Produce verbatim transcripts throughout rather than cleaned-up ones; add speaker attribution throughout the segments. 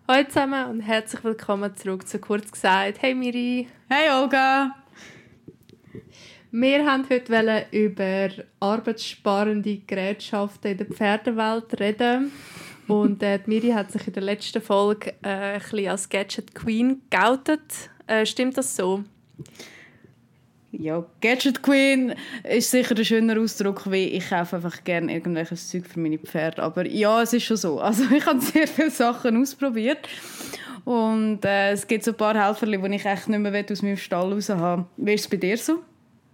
Speaker 1: Hallo zusammen und herzlich willkommen zurück zu «Kurz gesagt». Hey Miri.
Speaker 2: Hey Olga.
Speaker 1: Wir wollten heute über arbeitssparende Gerätschaften in der Pferdewelt reden. Und äh, Miri hat sich in der letzten Folge äh, ein bisschen als Gadget Queen geoutet. Äh, stimmt das so?
Speaker 2: Ja, Gadget Queen ist sicher ein schöner Ausdruck, weil ich kaufe einfach gerne irgendwelches Zeug für meine Pferde. Aber ja, es ist schon so. Also ich habe sehr viele Sachen ausprobiert. Und äh, es gibt so ein paar Helfer, die ich echt nicht mehr aus meinem Stall raus haben. Wie ist es bei dir so?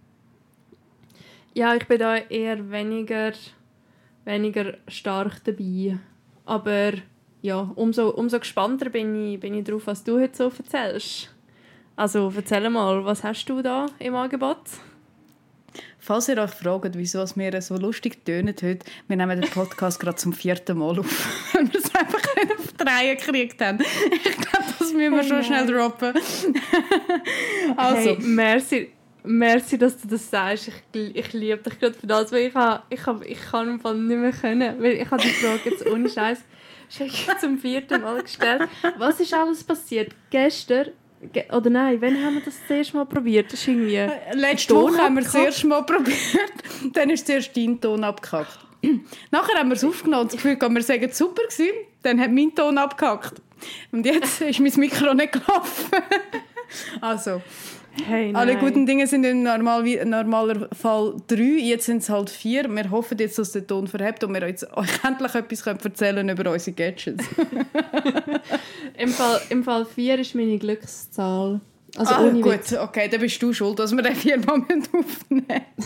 Speaker 1: Ja, ich bin da eher weniger, weniger stark dabei. Aber ja, umso, umso gespannter bin ich, bin ich darauf, was du heute so erzählst. Also erzähl mal, was hast du da im Angebot?
Speaker 2: Falls ihr euch fragt, wieso es mir so lustig tönt heute, wir nehmen den Podcast gerade zum vierten Mal auf, weil wir es einfach nicht auf die Reihe gekriegt haben. Ich glaube, das müssen wir hey, schon nein. schnell droppen.
Speaker 1: Also. Hey, merci, merci, dass du das sagst. Ich, ich liebe dich gerade für das, weil ich, habe, ich, habe, ich kann im Fall nicht mehr können, weil ich habe die Frage jetzt ohne Scheiß zum vierten Mal gestellt. Was ist alles passiert? Gestern Oder nein, wann haben wir das das erste Mal probiert? Das ist irgendwie
Speaker 2: Letzte Woche haben wir es das erste Mal probiert. Dann ist zuerst dein Ton abgehackt. Nachher haben wir es aufgenommen und das Gefühl, wir sagen, es super gewesen. Dann hat mein Ton abgehackt. Und jetzt ist mein Mikro nicht gelaufen. Also, hey, alle guten Dinge sind im normal, normaler Fall drei. Jetzt sind es halt vier. Wir hoffen jetzt, dass der Ton verhebt und wir euch endlich etwas erzählen können über unsere Gadgets.
Speaker 1: Im Fall, Im Fall vier ist meine Glückszahl. Also
Speaker 2: ah,
Speaker 1: ohne
Speaker 2: gut,
Speaker 1: Witz.
Speaker 2: Okay, dann bist du schuld, dass wir den viermal aufnehmen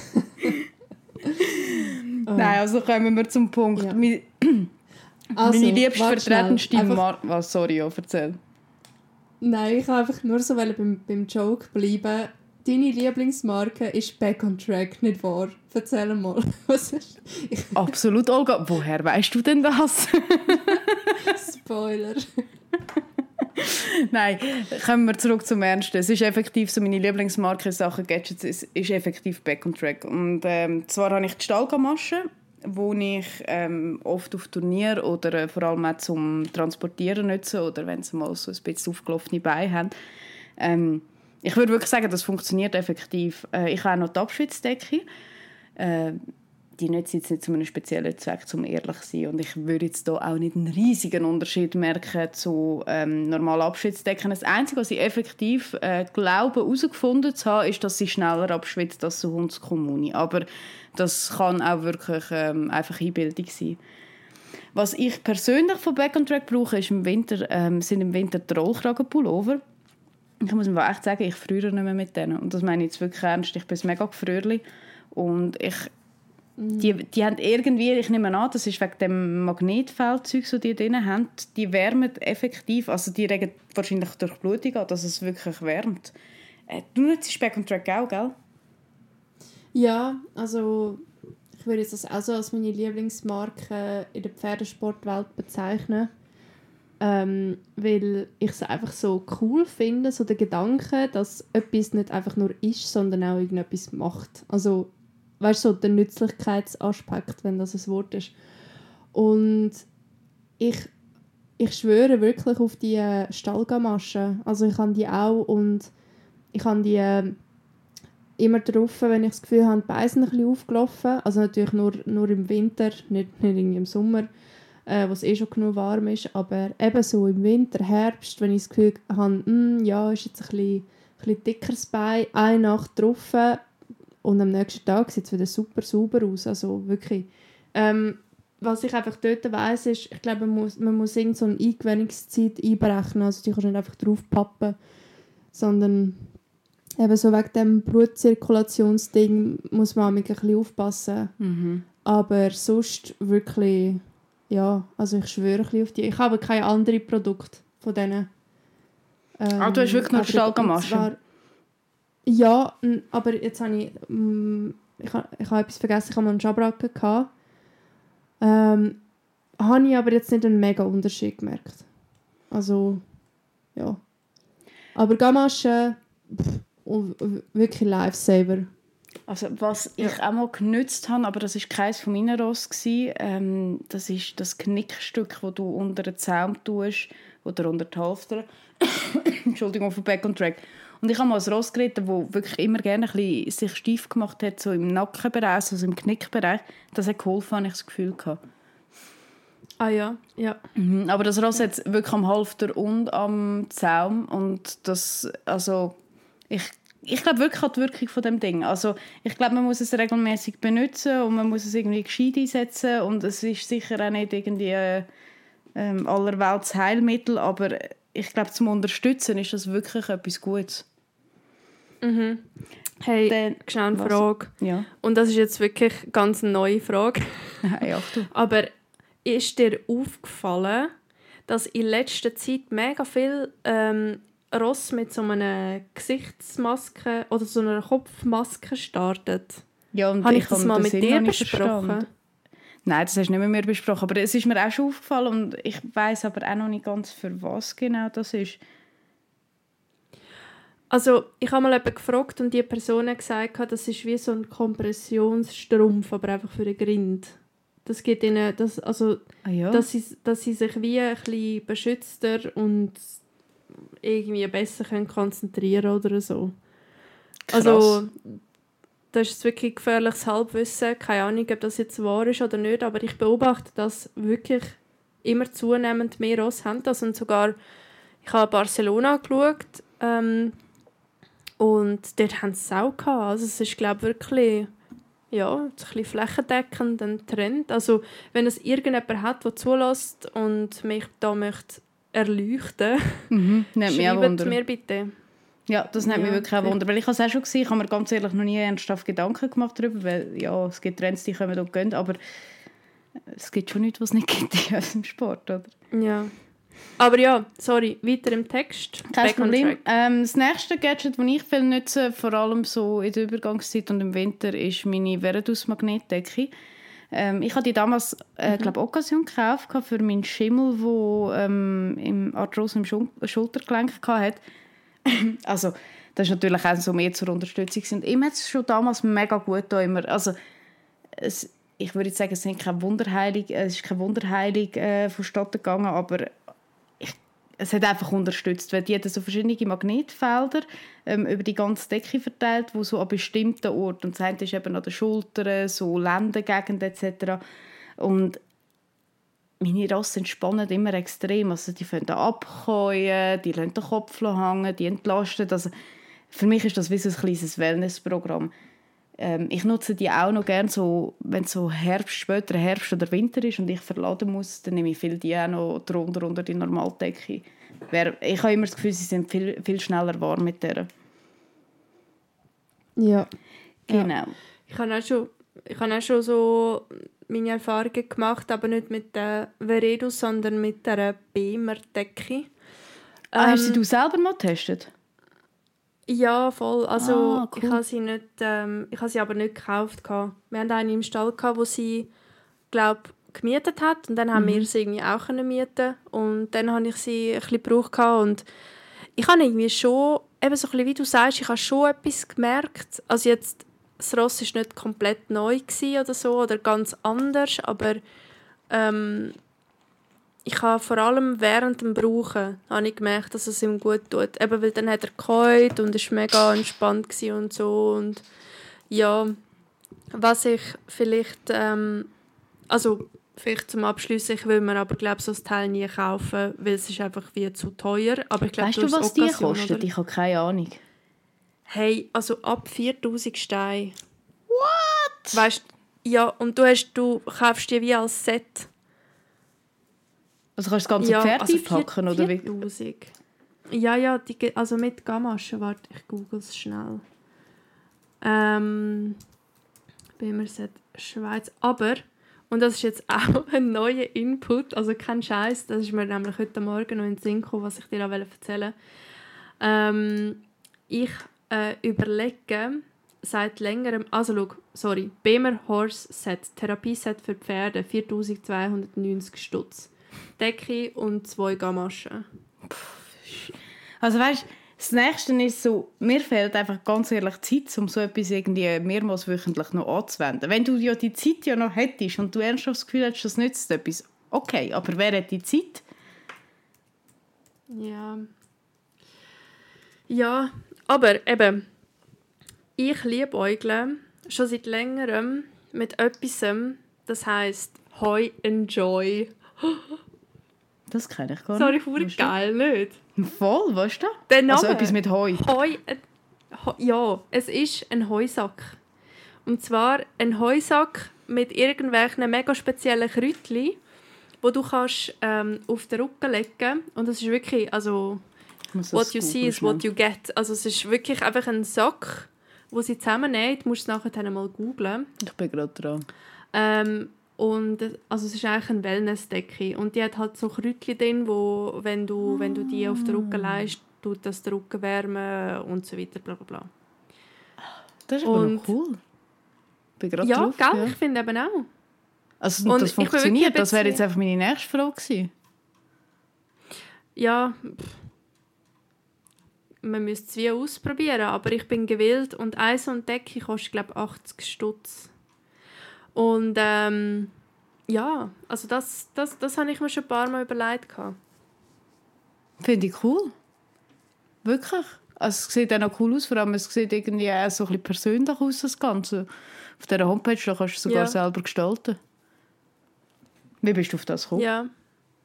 Speaker 2: oh. Nein, also kommen wir zum Punkt. Ja. Meine,
Speaker 1: also,
Speaker 2: meine liebstvertretendste Marke... Oh, sorry, ja, erzähl.
Speaker 1: Nein, ich wollte einfach nur so beim, beim Joke bleiben. Deine Lieblingsmarke ist Back on Track, nicht wahr? Erzähl mal. Was ist?
Speaker 2: Absolut, Olga. Woher weißt du denn das?
Speaker 1: Spoiler.
Speaker 2: Nein, kommen wir zurück zum Ernsten. Es ist effektiv so, meine Lieblingsmarke in Sachen Gadgets ist, ist effektiv Back on Track. Und ähm, zwar habe ich die Stahlgamaschen, die ich ähm, oft auf Turnier oder äh, vor allem auch zum Transportieren nutze oder wenn sie mal so ein bisschen aufgelaufene Beine haben. Ähm, ich würde wirklich sagen, das funktioniert effektiv. Äh, ich habe auch noch die Abschwitzdecke. Äh, die nutze ich jetzt nicht zu einem speziellen Zweck, um ehrlich zu sein. Und ich würde jetzt hier auch nicht einen riesigen Unterschied merken zu ähm, normalen Abschwitzdecken. Das Einzige, was ich effektiv äh, glaube, herausgefunden zu haben, ist, dass sie schneller abschwitzt als so Hundskommunie. Aber das kann auch wirklich ähm, einfach Einbildung sein. Was ich persönlich von Back on Track brauche, ist im Winter, ähm, sind im Winter die Rollkragenpullover. Ich muss mir echt sagen, ich friere nicht mehr mit denen. Und das meine ich jetzt wirklich ernst. Ich bin ein mega gefrierli. Und ich... Die, die haben irgendwie, ich nehme an, das ist wegen dem Magnetfeldzeug, das die drin haben, die wärmen effektiv, also die regen wahrscheinlich durch Blutung an, dass es wirklich wärmt. Äh, du nutzt Back on Track auch, gell?
Speaker 1: Ja, also ich würde das auch so als meine Lieblingsmarke in der Pferdesportwelt bezeichnen, ähm, weil ich es einfach so cool finde, so der Gedanke, dass etwas nicht einfach nur ist, sondern auch irgendetwas macht. Also weißt du, so der Nützlichkeitsaspekt, wenn das ein Wort ist. Und ich, ich schwöre wirklich auf die Stallgamaschen. Also ich habe die auch und ich habe die äh, immer drauf, wenn ich das Gefühl habe, die Beine sind ein bisschen aufgelaufen. Also natürlich nur, nur im Winter, nicht, nicht irgendwie im Sommer, äh, wo es eh schon genug warm ist. Aber eben so im Winter, Herbst, wenn ich das Gefühl habe, mm, ja, ist jetzt ein bisschen, ein bisschen dickeres Bein, eine Nacht drauf, und am nächsten Tag sieht es wieder super sauber aus. Also wirklich. Ähm, was ich einfach dort weiss, ist, ich glaube, man muss, man muss irgend so eine Eingewöhnungszeit einberechnen. Also die kannst du nicht einfach draufpappen. Sondern eben so wegen dem Blutzirkulationsding muss man ein bisschen aufpassen.
Speaker 2: Mhm.
Speaker 1: Aber sonst wirklich, ja, also ich schwöre ein bisschen auf die. Ich habe keine anderen Produkte von denen.
Speaker 2: Ähm, ah, du hast wirklich nur Stahlgamaschen?
Speaker 1: Ja, aber jetzt habe ich, ich habe, ich habe etwas vergessen, ich habe mal einen Schabracken gehabt. Ähm, habe ich aber jetzt nicht einen mega Unterschied gemerkt. Also, ja. Aber Gamaschen, wirklich Lifesaver.
Speaker 2: Also was ich ja. auch mal genutzt habe, aber das war keines von meinen Ross, ähm, das ist das Knickstück, das du unter den Zaum tust, oder unter die Hälfte. Entschuldigung, von Back on Track. Und ich habe mal ein Ross geritten, das wirklich immer gerne ein bisschen sich steif gemacht hat, so im Nackenbereich, also im Knickbereich. Das hat geholfen, habe ich das Gefühl gehabt.
Speaker 1: Ah ja, ja.
Speaker 2: Mhm, aber das Ross hat wirklich am Halfter und am Zaum. Und das, also, ich, ich glaube wirklich an die Wirkung von dem Ding. Also, ich glaube, man muss es regelmäßig benutzen und man muss es irgendwie gescheit einsetzen. Und es ist sicher auch nicht irgendwie äh, allerwelts Heilmittel, aber ich glaube, zum Unterstützen ist das wirklich etwas Gutes.
Speaker 1: Mhm. Hey,
Speaker 2: Dann,
Speaker 1: schnell eine
Speaker 2: was?
Speaker 1: Frage.
Speaker 2: Ja.
Speaker 1: Und das ist jetzt wirklich eine ganz neue Frage.
Speaker 2: Hey, Achtung.
Speaker 1: Aber ist dir aufgefallen, dass in letzter Zeit mega viel ähm, Ross mit so einer Gesichtsmaske oder so einer Kopfmaske startet?
Speaker 2: Ja, und
Speaker 1: habe ich
Speaker 2: ich
Speaker 1: das
Speaker 2: habe
Speaker 1: mal
Speaker 2: den
Speaker 1: mit
Speaker 2: Sinn
Speaker 1: dir
Speaker 2: noch nicht
Speaker 1: besprochen?
Speaker 2: verstanden. Nein, das hast du nicht mit mir besprochen. Aber es ist mir auch schon aufgefallen und ich weiss aber auch noch nicht ganz, für was genau das ist.
Speaker 1: Also, ich habe mal jemanden gefragt und die Person hat gesagt, das ist wie so ein Kompressionsstrumpf, aber einfach für den Grind. Das gibt ihnen, das, also,
Speaker 2: Ah, ja.
Speaker 1: dass, sie, dass sie sich wie ein bisschen beschützter und irgendwie besser können konzentrieren oder so.
Speaker 2: Krass.
Speaker 1: Also, das ist wirklich gefährliches Halbwissen. Keine Ahnung, ob das jetzt wahr ist oder nicht, aber ich beobachte, dass wirklich immer zunehmend mehr Ross haben. Also, und sogar, ich habe Barcelona geschaut, ähm, und dort haben sie es auch gehabt. Also es ist, glaube ich, wirklich ja, ein bisschen flächendeckend ein Trend. Also wenn es irgendjemand hat, der zulässt und mich da möchte erleuchten
Speaker 2: Mhm, nimmt mich auch
Speaker 1: schreibt
Speaker 2: Wunder.
Speaker 1: mir bitte.
Speaker 2: Ja, das nimmt
Speaker 1: Ja,
Speaker 2: mich wirklich auch
Speaker 1: okay.
Speaker 2: Wunder. Weil ich habe es auch schon gesehen, ich habe mir ganz ehrlich noch nie ernsthaft Gedanken gemacht darüber, weil ja, es gibt Trends, die kommen und gehen, aber es gibt schon nichts, was es nicht gibt in unserem Sport, oder?
Speaker 1: Ja. Aber ja, sorry, weiter im Text.
Speaker 2: Kein
Speaker 1: Back on
Speaker 2: Problem.
Speaker 1: track.
Speaker 2: Ähm, das nächste Gadget, das ich viel nutze, vor allem so in der Übergangszeit und im Winter, ist meine Veredus-Magnetdecke. Ähm, ich habe die damals, äh,
Speaker 1: Mhm.
Speaker 2: glaube Occasion gekauft für meinen Schimmel, der ähm, im Arthrose im Schul- Schultergelenk hatte. Also, das ist natürlich auch so mehr zur Unterstützung. Und ihm hat es schon damals mega gut da immer. Also, es, ich würde jetzt sagen, es ist keine Wunderheilung, es ist keine Wunderheilung äh, vonstatten gegangen, aber ich, es hat einfach unterstützt, weil die hat so verschiedene Magnetfelder ähm, über die ganze Decke verteilt, die so an bestimmten Orten, und das eine ist eben an den Schultern, so Lendengegend et cetera. Und meine Rosse entspannen immer extrem. Also die fangen abkäuen, die lassen den Kopf hängen, die entlasten. Also für mich ist das wie so ein kleines Wellnessprogramm. Ähm, ich nutze die auch noch gerne, so, wenn es so Herbst, später Herbst oder Winter ist und ich verladen muss, dann nehme ich viel die auch noch drunter unter die Normaldecke. Ich habe immer das Gefühl, sie sind viel, viel schneller warm mit der.
Speaker 1: Ja.
Speaker 2: Genau.
Speaker 1: Ja. Ich habe auch schon, ich habe auch schon so meine Erfahrungen gemacht, aber nicht mit der Veredus, sondern mit der Beamer-Decke.
Speaker 2: Ah, hast
Speaker 1: Ähm,
Speaker 2: du selber mal getestet?
Speaker 1: Ja, voll. Also
Speaker 2: Ah, cool.
Speaker 1: ich habe sie nicht, ähm, ich habe sie aber nicht gekauft. Gehabt. Wir hatten eine im Stall, gehabt, wo sie, glaube gemietet hat und dann haben
Speaker 2: Mhm.
Speaker 1: wir sie irgendwie auch können mieten und dann habe ich sie ein bisschen gebraucht gehabt. Und ich habe irgendwie schon, eben so ein bisschen, wie du sagst, ich habe schon etwas gemerkt. Also jetzt, das Ross war nicht komplett neu gewesen oder so oder ganz anders, aber ähm, ich habe vor allem während dem Brauchen habe ich gemerkt, dass es ihm gut tut. Eben, weil dann hat er geheult und es war mega entspannt gewesen und so. Und ja, was ich vielleicht, ähm, also vielleicht zum Abschluss, ich will mir aber glaube so ein Teil nie kaufen, weil es ist einfach wie zu teuer. Aber ich glaube,
Speaker 2: Weißt du,
Speaker 1: hast
Speaker 2: was die
Speaker 1: Occasion,
Speaker 2: kosten?
Speaker 1: oder?
Speaker 2: Ich habe keine Ahnung.
Speaker 1: Hey, also ab viertausend Steine. What? Weißt ja, und du, hast, du kaufst die wie als Set.
Speaker 2: Also kannst du das ganze
Speaker 1: Ja,
Speaker 2: Pferd
Speaker 1: also
Speaker 2: einpacken, oder wie?
Speaker 1: viertausend. Ja, ja, die, ge- also mit Gamaschen. Warte, ich google es schnell. Ähm, Bemerset Schweiz. Aber, und das ist jetzt auch ein neuer Input, also kein Scheiß, das ist mir nämlich heute Morgen noch in den Sinn gekommen, was ich dir auch erzählen wollte. Ähm, ich äh, überlege seit längerem, also schau, sorry, Bemer Horse Set, Therapieset für Pferde, viertausendzweihundertneunzig Stutz. Decke und zwei Gamaschen.
Speaker 2: Also weißt, das Nächste ist so, mir fehlt einfach ganz ehrlich Zeit, um so etwas irgendwie mehrmals wöchentlich noch anzuwenden. Wenn du ja die Zeit ja noch hättest und du ernsthaft das Gefühl hättest, das nützt etwas, okay, aber wer hat die Zeit?
Speaker 1: Ja. Ja, aber eben, ich liebäugle schon seit längerem mit etwas, das heisst Heu Enjoy.
Speaker 2: Das kenne ich gar
Speaker 1: Sorry,
Speaker 2: nicht.
Speaker 1: voll geil, nicht?
Speaker 2: Voll, weißt du?
Speaker 1: Der Name.
Speaker 2: Also etwas mit Heu.
Speaker 1: Heu, äh, Heu. Ja, es ist ein Heusack. Und zwar ein Heusack mit irgendwelchen mega speziellen Kräutchen, wo du kannst, ähm, auf den Rücken legen kannst. Und das ist wirklich, also, what you see is what you get. Also es ist wirklich einfach ein Sack, wo sie zusammennäht. Du musst es nachher mal googlen.
Speaker 2: Ich bin gerade dran.
Speaker 1: Ähm, und also es ist eigentlich eine Wellnessdecke. Und die hat halt so Kräutchen drin, wo, wenn du, wenn du die auf den Rücken legst, tut das den Rücken wärmen und so weiter, bla bla bla.
Speaker 2: Das ist aber
Speaker 1: und,
Speaker 2: noch cool. Ich bin gerade
Speaker 1: ja,
Speaker 2: drauf.
Speaker 1: gell?
Speaker 2: Ja,
Speaker 1: ich finde eben auch.
Speaker 2: Also
Speaker 1: und
Speaker 2: das funktioniert, das wäre jetzt
Speaker 1: bisschen...
Speaker 2: einfach meine nächste Frage gewesen.
Speaker 1: Ja, pff. Man müsste es wie ausprobieren, aber ich bin gewillt und eine so eine Decke kostet, glaube ich, achtzig Stutz. Und ähm, ja, also das, das, das habe ich mir schon ein paar Mal überlegt.
Speaker 2: Finde ich cool. Wirklich. Also es sieht auch noch cool aus, vor allem es sieht irgendwie auch so ein bisschen persönlich aus, das Ganze. Auf dieser Homepage da kannst du es sogar
Speaker 1: ja.
Speaker 2: selber gestalten. Wie bist du auf das gekommen?
Speaker 1: Ja.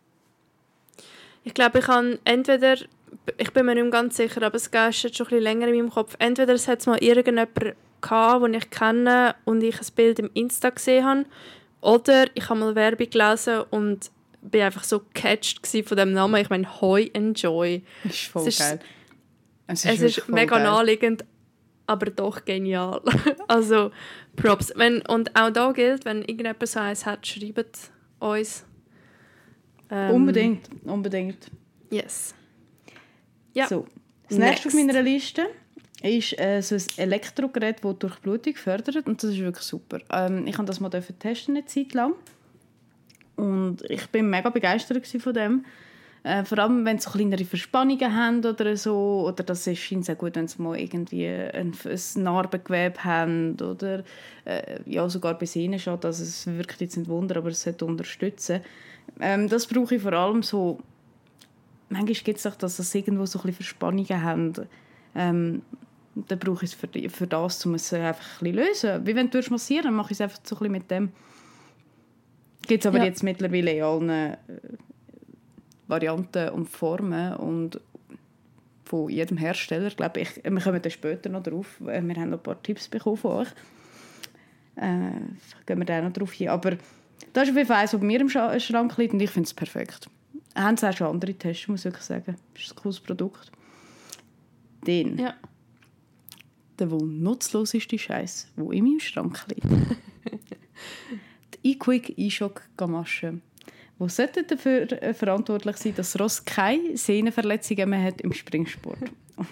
Speaker 1: Ich glaube, ich kann entweder, ich bin mir nicht mehr ganz sicher, aber es ist jetzt schon ein bisschen länger in meinem Kopf, entweder es hat mal irgendjemand gehabt, den ich kenne und ich ein Bild im Insta gesehen habe, oder ich habe mal Werbung gelesen und bin einfach so gecatcht von dem Namen. Ich meine, Heu Enjoy.
Speaker 2: Das ist voll
Speaker 1: es ist,
Speaker 2: geil. Es
Speaker 1: ist, es ist mega geil. Naheliegend, aber doch genial. Also, Props. Wenn, und auch da gilt, wenn irgendjemand so eins hat, schreibt uns. Ähm,
Speaker 2: unbedingt, unbedingt.
Speaker 1: Yes. Ja.
Speaker 2: So, das Next. nächste auf meiner Liste ist äh, so ein Elektrogerät, das die Durchblutung fördert. Und das ist wirklich super. Ähm, ich durfte das mal testen, eine Zeit lang. Und ich war mega begeistert von dem. Äh, vor allem, wenn sie so kleinere Verspannungen haben oder so. Oder das ist ihnen sehr gut, wenn sie mal irgendwie ein, ein Narbengewebe haben. Oder äh, ja, sogar bei Sehnen schon. Also es wirkt jetzt nicht Wunder, aber es sollte unterstützen. Ähm, das brauche ich vor allem so... Manchmal gibt es auch, dass sie irgendwo so ein bisschen Verspannungen haben. Ähm, dann brauche ich es für, für das, um es einfach ein bisschen lösen. Wie wenn du massieren, dann mache ich es einfach so ein bisschen mit dem. Gibt es aber ja. jetzt mittlerweile in allen äh, Varianten und Formen und von jedem Hersteller. Ich glaube, ich, wir kommen dann später noch drauf. Wir haben noch ein paar Tipps bekommen von euch. Äh, gehen wir da noch drauf hin. Aber das ist auf jeden Fall eins, was bei mir im Schrank liegt und ich finde es perfekt. Haben sie auch schon andere Tests, muss ich wirklich sagen. Das ist ein cooles Produkt. Den,
Speaker 1: ja.
Speaker 2: der wohl nutzloseste Scheiß, der in meinem Schrank liegt. Die eQuick E-Shock-Gamasche, die sollte dafür verantwortlich sein, dass das Ross keine Sehnenverletzungen mehr hat im Springsport.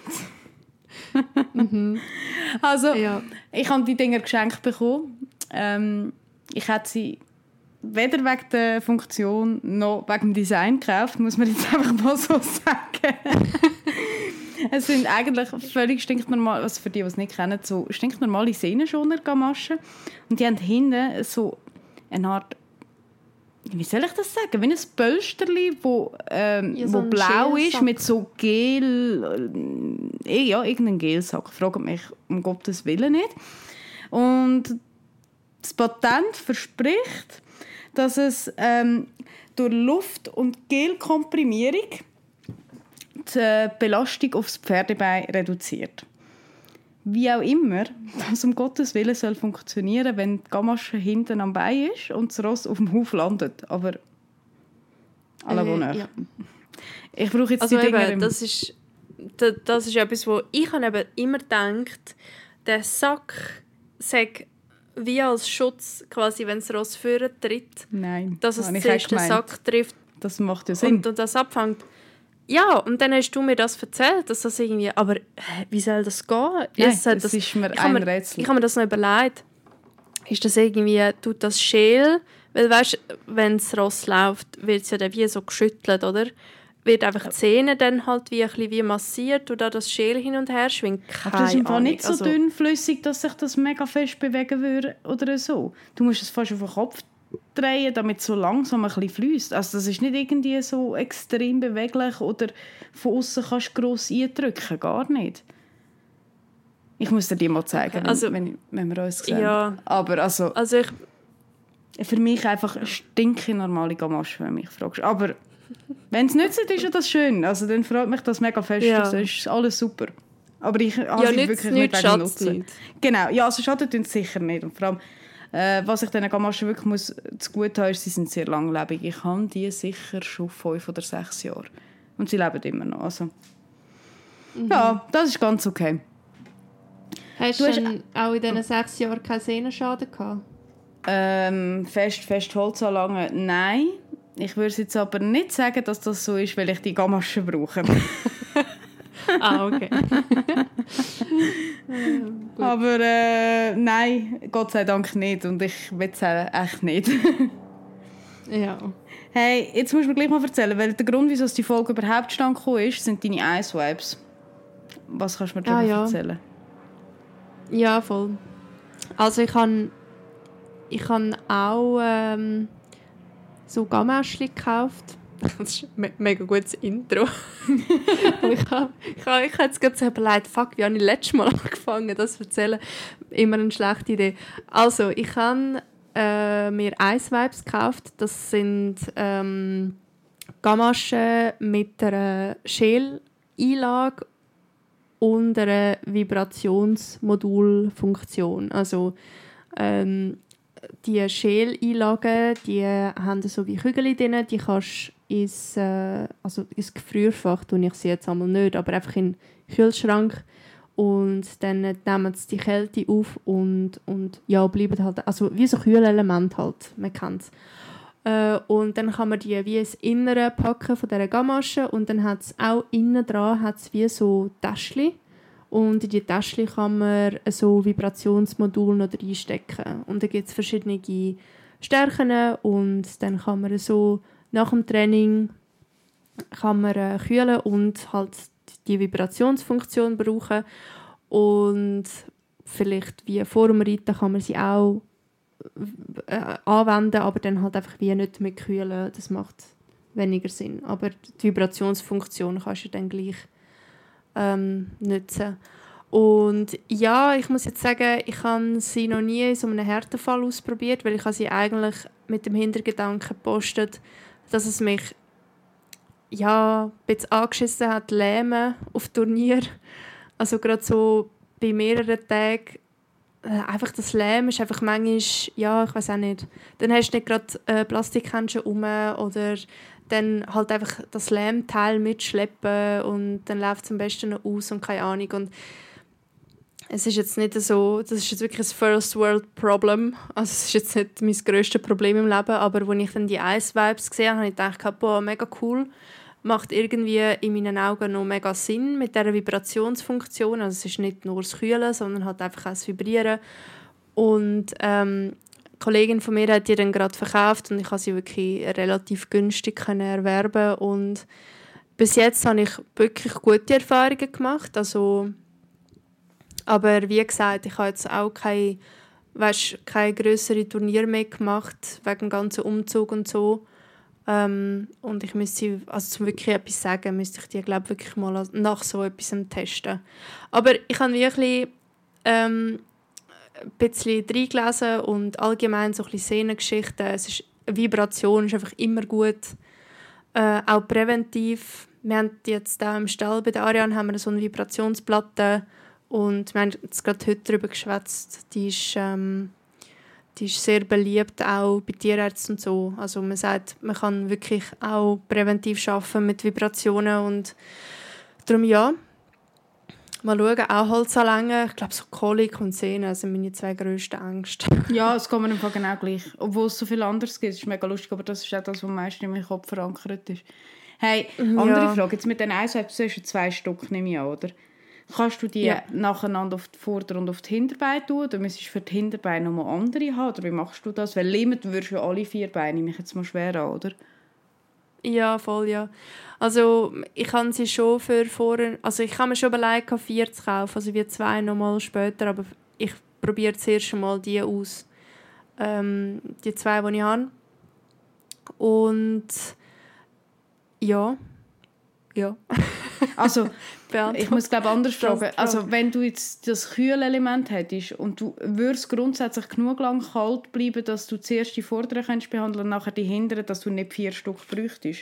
Speaker 1: mhm.
Speaker 2: Also,
Speaker 1: ja.
Speaker 2: ich habe die Dinger geschenkt bekommen. Ähm, ich hätte sie weder wegen der Funktion noch wegen dem Design gekauft, muss man jetzt einfach mal so sagen. Es sind eigentlich völlig stinknormal, also für die, die es nicht kennen, so stinknormale Sehnenschoner-Gamaschen. Und die haben hinten so eine Art, wie soll ich das sagen, wie ein Pölsterli, wo, ähm, ja, so wo blau Gelsack. Ist, mit so Gel, äh, ja, irgendein Gelsack. Fragt mich um Gottes Willen nicht. Und das Patent verspricht, dass es ähm, durch Luft- und Gelkomprimierung die Belastung aufs Pferdebein reduziert. Wie auch immer, das um Gottes Willen soll funktionieren, wenn die Gamasche hinten am Bein ist und das Ross auf dem Huf landet. Aber à la bonheur. Äh, ja. Ich brauche jetzt
Speaker 1: also
Speaker 2: die Dinger...
Speaker 1: Eben, das ist, das ist etwas, wo ich habe immer gedacht, der Sack sagt wie als Schutz, quasi, wenn das Ross vorne tritt,
Speaker 2: Nein,
Speaker 1: dass es zuerst den Sack trifft.
Speaker 2: Das macht ja Sinn.
Speaker 1: Und, und das abfängt. Ja, und dann hast du mir das erzählt, dass das irgendwie, aber wie soll das gehen?
Speaker 2: Nein,
Speaker 1: das,
Speaker 2: das ist mir ein
Speaker 1: mir,
Speaker 2: Rätsel.
Speaker 1: Ich habe mir das noch überlegt. Ist das irgendwie, tut das Schäl, weil weißt, wenn das Ross läuft, wird es ja dann wie so geschüttelt, oder? Wird einfach die Zähne dann halt wie ein bisschen wie massiert und da das Schäl hin und her schwingt. Keine
Speaker 2: aber das ist einfach nicht so
Speaker 1: also,
Speaker 2: dünnflüssig, dass sich das mega fest bewegen würde oder so. Du musst es fast auf den Kopf drehen, damit es so langsam ein bisschen fliesst. Also das ist nicht irgendwie so extrem beweglich oder von außen kannst du gross eindrücken, gar nicht. Ich muss dir die mal zeigen,
Speaker 3: Okay, also,
Speaker 2: wenn, wenn wir uns sehen.
Speaker 3: Ja,
Speaker 2: Aber also,
Speaker 3: also ich,
Speaker 2: für mich einfach eine stinke normale Gamache, wenn du mich fragst. Aber wenn es nützt, ist ja das schön. Also dann freut mich das mega fest.
Speaker 3: Ja.
Speaker 2: Das ist alles super. Aber ich habe
Speaker 3: ja,
Speaker 2: sie
Speaker 3: nicht,
Speaker 2: wirklich
Speaker 3: nicht
Speaker 2: nicht wegen
Speaker 3: schadet
Speaker 2: Nutzen.
Speaker 3: nicht.
Speaker 2: Genau, ja, also schadet uns sicher nicht. Und vor allem, äh, was ich diesen Gamaschen wirklich muss zu gut haben, ist, sie sind sehr langlebig. Ich habe die sicher schon fünf oder sechs Jahre. Und sie leben immer noch. Also, mhm. Ja, das ist ganz okay.
Speaker 1: Hast
Speaker 2: Du
Speaker 1: du
Speaker 2: hast
Speaker 1: denn auch in diesen sechs Jahren keinen Sehnenschaden gehabt?
Speaker 2: Ähm, fest, fest Holzanlagen, nein. Ich würde jetzt aber nicht sagen, dass das so ist, weil ich die Gamaschen brauche.
Speaker 1: Ah, okay.
Speaker 2: äh, aber äh, nein, Gott sei Dank nicht. Und ich will es echt nicht.
Speaker 1: Ja.
Speaker 2: Hey, jetzt musst du mir gleich mal erzählen, weil der Grund, wieso die Folge überhaupt zustande gekommen ist, sind deine Ice Vibes. Was kannst du mir darüber
Speaker 1: Ah, ja.
Speaker 2: erzählen?
Speaker 1: Ja, voll. Also ich habe ich habe auch ähm, so Gamaschen gekauft. Das ist ein me- mega gutes Intro. ich habe ich habe ich habe jetzt gerade so überlegt, fuck, wie habe ich letztes Mal angefangen, das zu erzählen. Immer eine schlechte Idee. Also, ich habe äh, mir Ice Vibes gekauft. Das sind ähm, Gamaschen mit einer Schäleinlage und einer Vibrationsmodulfunktion. Also ähm, die Schäleinlagen, die haben so wie Kügel drin, die kannst ins, äh, also ins Gefrierfach, tue ich sie jetzt einmal nicht, aber einfach in den Kühlschrank und dann nehmen sie die Kälte auf und, und ja, bleiben halt, also wie so Kühlelement halt, man kennt es. Äh, und dann kann man die wie ins Innere packen von dieser Gamaschen und dann hat es auch innen dran hat's wie so Täschchen. Und in die Täschchen kann man so Vibrationsmodule noch reinstecken. Und da gibt es verschiedene Stärken und dann kann man so nach dem Training kann man äh, kühlen und halt die Vibrationsfunktion brauchen. Und vielleicht wie vor dem Reiten kann man sie auch äh, anwenden, aber dann halt einfach wie nicht mehr kühlen. Das macht weniger Sinn. Aber die Vibrationsfunktion kannst du dann gleich Ähm, nutzen. Und ja, ich muss jetzt sagen, ich habe sie noch nie in so einem Härtefall ausprobiert, weil ich habe sie eigentlich mit dem Hintergedanken gepostet, dass es mich ja, ein bisschen angeschissen hat, lähmen auf Turnier. Also gerade so bei mehreren Tagen äh, einfach das Lähmen ist einfach manchmal, ja, ich weiß auch nicht, dann hast du nicht gerade äh, Plastikhändchen rum oder dann halt einfach das Lähmteil mitschleppen und dann läuft es am besten noch aus und keine Ahnung. Und es ist jetzt nicht so, das ist jetzt wirklich ein First World Problem. Also es ist jetzt nicht mein grösstes Problem im Leben, aber als ich dann die Ice Vibes gesehen habe, habe ich gedacht, boah, mega cool. Macht irgendwie in meinen Augen noch mega Sinn mit dieser Vibrationsfunktion. Also es ist nicht nur das Kühlen, sondern halt einfach auch das Vibrieren. Und ähm, eine Kollegin von mir hat die dann gerade verkauft und ich konnte sie wirklich relativ günstig erwerben. Und bis jetzt habe ich wirklich gute Erfahrungen gemacht. Also, aber wie gesagt, ich habe jetzt auch keine, weißt, keine grösseren Turniere mehr gemacht, wegen dem ganzen Umzug und so. Ähm, und ich müsste, also zum wirklich etwas sagen, müsste ich die, glaube wirklich mal nach so etwas testen. Aber ich habe wirklich ähm, ein bisschen reingelesen und allgemein so ein bisschen Sehnengeschichten. Es ist, Vibration ist einfach immer gut, äh, auch präventiv. Wir haben jetzt auch im Stall bei der Ariane haben wir so eine Vibrationsplatte und wir haben jetzt gerade heute darüber geschwätzt. Die ist, ähm, die ist sehr beliebt, auch bei Tierärzten und so. Also man sagt, man kann wirklich auch präventiv arbeiten mit Vibrationen und darum ja. Mal schauen, auch Holzanlängen. Ich glaube, so Kolik und Sehnen sind meine zwei grössten Ängste.
Speaker 2: Ja, es geht mir einfach genau gleich. Obwohl es so viel anderes gibt. Das ist mega lustig, aber das ist auch das, was am meisten in meinem Kopf verankert ist. Hey, andere
Speaker 1: Ja.
Speaker 2: Frage. Jetzt mit den Eis, du hast ja zwei Stück, nehme ich an, oder? Kannst du die
Speaker 1: Ja.
Speaker 2: nacheinander auf die Vorder- und auf die Hinterbeine tun? Oder müsstest du für die Hinterbeine nochmal andere haben? Oder wie machst du das? Weil Limit würdest du ja alle vier Beine, nehme ich jetzt mal schwer an, oder?
Speaker 1: Ja, voll, ja. Also ich habe sie schon für vorher, also ich habe mir schon überlegt, vier zu kaufen, also wie zwei nochmal später, aber ich probiere zuerst mal die aus. Ähm, die zwei, die ich habe. Und ja. Ja.
Speaker 2: Also, ich muss glaube anders fragen. Also, wenn du jetzt das Kühlelement hättest und du würdest grundsätzlich genug lang kalt bleiben, dass du zuerst die vorderen kannst behandeln und nachher die hinteren, dass du nicht vier Stück bräuchtest?